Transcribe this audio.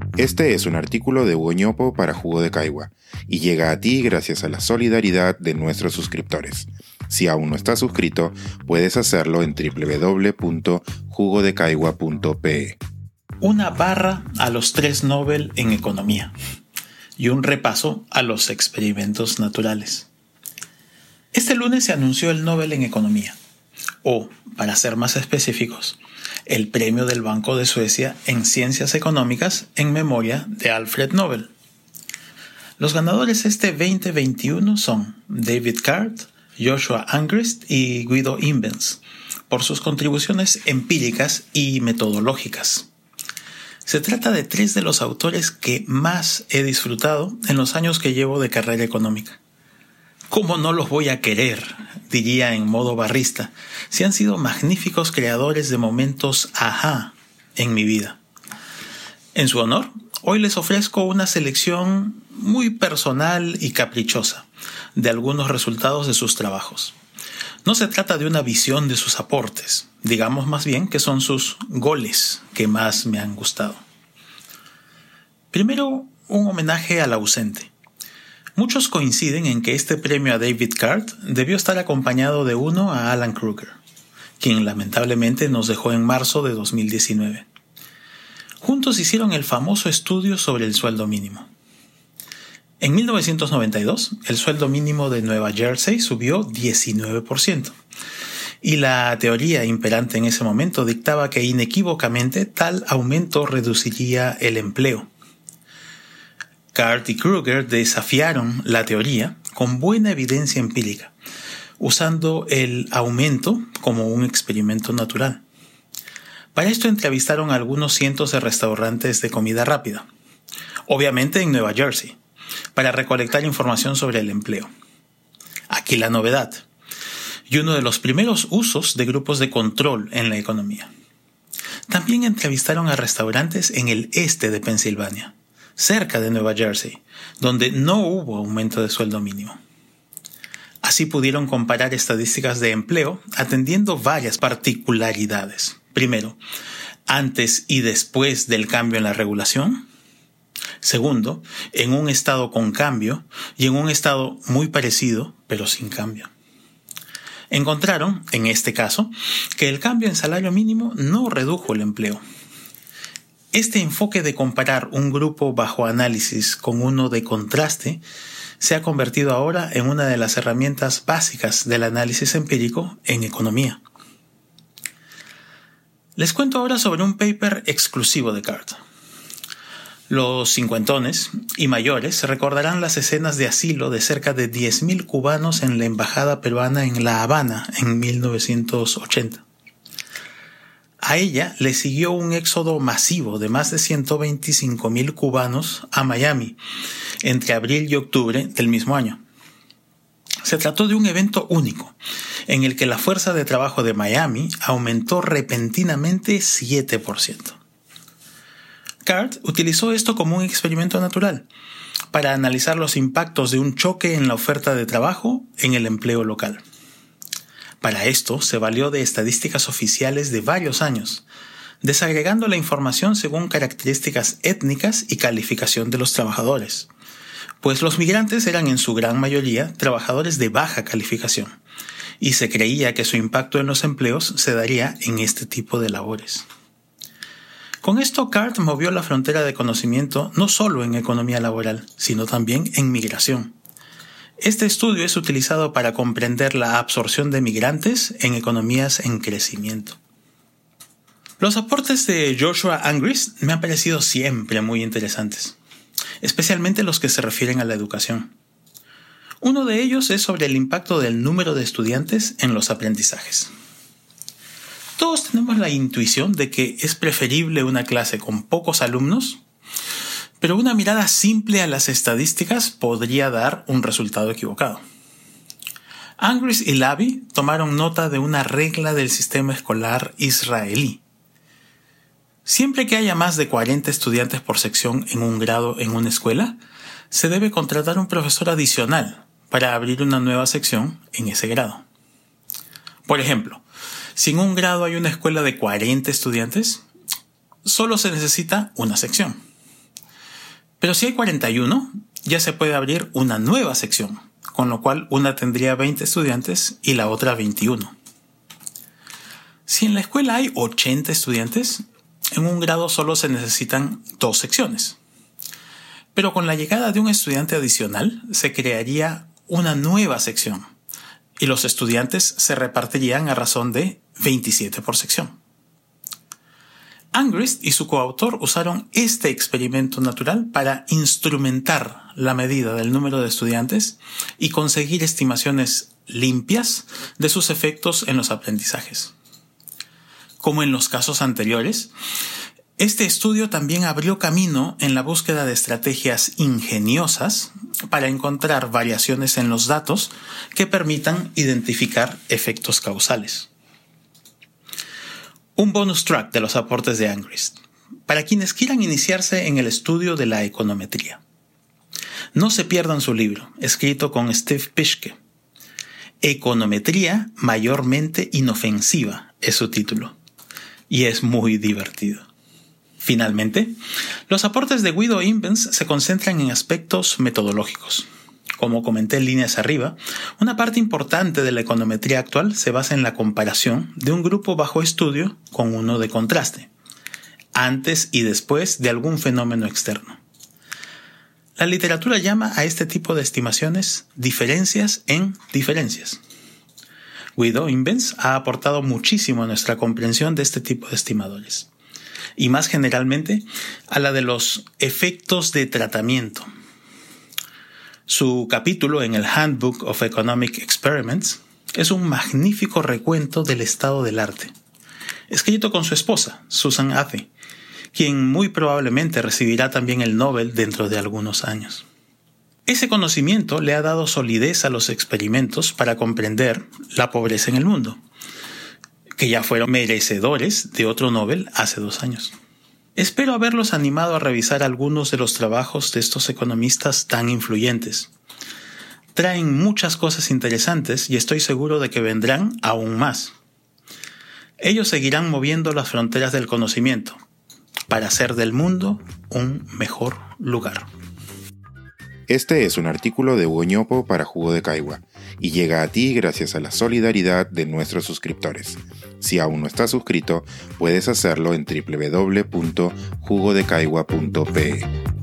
Este es un artículo de Hugo Ñopo para Jugo de Caigua y llega a ti gracias a la solidaridad de nuestros suscriptores. Si aún no estás suscrito, puedes hacerlo en www.jugodecaigua.pe. Una barra a los 3 Nobel en economía y un repaso a los experimentos naturales. Este lunes se anunció el Nobel en economía, o, para ser más específicos, el premio del Banco de Suecia en Ciencias Económicas en memoria de Alfred Nobel. Los ganadores este 2021 son David Card, Joshua Angrist y Guido Imbens, por sus contribuciones empíricas y metodológicas. Se trata de 3 de los autores que más he disfrutado en los años que llevo de carrera económica. ¿Cómo no los voy a querer?, diría en modo barrista, si han sido magníficos creadores de momentos ajá en mi vida. En su honor, hoy les ofrezco una selección muy personal y caprichosa de algunos resultados de sus trabajos. No se trata de una visión de sus aportes, digamos más bien que son sus goles que más me han gustado. Primero, un homenaje al ausente. Muchos coinciden en que este premio a David Card debió estar acompañado de uno a Alan Krueger, quien lamentablemente nos dejó en marzo de 2019. Juntos hicieron el famoso estudio sobre el sueldo mínimo. En 1992, el sueldo mínimo de Nueva Jersey subió 19%, y la teoría imperante en ese momento dictaba que inequívocamente tal aumento reduciría el empleo. Card y Krueger desafiaron la teoría con buena evidencia empírica, usando el aumento como un experimento natural. Para esto entrevistaron a algunos cientos de restaurantes de comida rápida, obviamente en Nueva Jersey, para recolectar información sobre el empleo. Aquí la novedad, y uno de los primeros usos de grupos de control en la economía. También entrevistaron a restaurantes en el este de Pensilvania, cerca de Nueva Jersey, donde no hubo aumento de sueldo mínimo. Así pudieron comparar estadísticas de empleo atendiendo varias particularidades. Primero, antes y después del cambio en la regulación. Segundo, en un estado con cambio y en un estado muy parecido, pero sin cambio. Encontraron, en este caso, que el cambio en salario mínimo no redujo el empleo. Este enfoque de comparar un grupo bajo análisis con uno de contraste se ha convertido ahora en una de las herramientas básicas del análisis empírico en economía. Les cuento ahora sobre un paper exclusivo de Card. Los cincuentones y mayores recordarán las escenas de asilo de cerca de 10.000 cubanos en la embajada peruana en La Habana en 1980. A ella le siguió un éxodo masivo de más de 125.000 cubanos a Miami entre abril y octubre del mismo año. Se trató de un evento único, en el que la fuerza de trabajo de Miami aumentó repentinamente 7%. Card utilizó esto como un experimento natural para analizar los impactos de un choque en la oferta de trabajo en el empleo local. Para esto se valió de estadísticas oficiales de varios años, desagregando la información según características étnicas y calificación de los trabajadores, pues los migrantes eran en su gran mayoría trabajadores de baja calificación, y se creía que su impacto en los empleos se daría en este tipo de labores. Con esto, Card movió la frontera de conocimiento no solo en economía laboral, sino también en migración. Este estudio es utilizado para comprender la absorción de migrantes en economías en crecimiento. Los aportes de Joshua Angrist me han parecido siempre muy interesantes, especialmente los que se refieren a la educación. Uno de ellos es sobre el impacto del número de estudiantes en los aprendizajes. Todos tenemos la intuición de que es preferible una clase con pocos alumnos, pero una mirada simple a las estadísticas podría dar un resultado equivocado. Angrist y Lavie tomaron nota de una regla del sistema escolar israelí. Siempre que haya más de 40 estudiantes por sección en un grado en una escuela, se debe contratar un profesor adicional para abrir una nueva sección en ese grado. Por ejemplo, si en un grado hay una escuela de 40 estudiantes, solo se necesita una sección. Pero si hay 41, ya se puede abrir una nueva sección, con lo cual una tendría 20 estudiantes y la otra 21. Si en la escuela hay 80 estudiantes, en un grado solo se necesitan 2 secciones. Pero con la llegada de un estudiante adicional, se crearía una nueva sección y los estudiantes se repartirían a razón de 27 por sección. Angrist y su coautor usaron este experimento natural para instrumentar la medida del número de estudiantes y conseguir estimaciones limpias de sus efectos en los aprendizajes. Como en los casos anteriores, este estudio también abrió camino en la búsqueda de estrategias ingeniosas para encontrar variaciones en los datos que permitan identificar efectos causales. Un bonus track de los aportes de Angrist, para quienes quieran iniciarse en el estudio de la econometría. No se pierdan su libro, escrito con Steve Pischke. Econometría mayormente inofensiva es su título, y es muy divertido. Finalmente, los aportes de Guido Imbens se concentran en aspectos metodológicos. Como comenté en líneas arriba, una parte importante de la econometría actual se basa en la comparación de un grupo bajo estudio con uno de contraste, antes y después de algún fenómeno externo. La literatura llama a este tipo de estimaciones diferencias en diferencias. Guido Imbens ha aportado muchísimo a nuestra comprensión de este tipo de estimadores, y más generalmente a la de los efectos de tratamiento. Su capítulo en el Handbook of Economic Experiments es un magnífico recuento del estado del arte, escrito con su esposa, Susan Athey, quien muy probablemente recibirá también el Nobel dentro de algunos años. Ese conocimiento le ha dado solidez a los experimentos para comprender la pobreza en el mundo, que ya fueron merecedores de otro Nobel hace 2 años. Espero haberlos animado a revisar algunos de los trabajos de estos economistas tan influyentes. Traen muchas cosas interesantes y estoy seguro de que vendrán aún más. Ellos seguirán moviendo las fronteras del conocimiento para hacer del mundo un mejor lugar. Este es un artículo de Hugo Ñopo para Jugo de Caigua y llega a ti gracias a la solidaridad de nuestros suscriptores. Si aún no estás suscrito, puedes hacerlo en www.jugodecaigua.pe.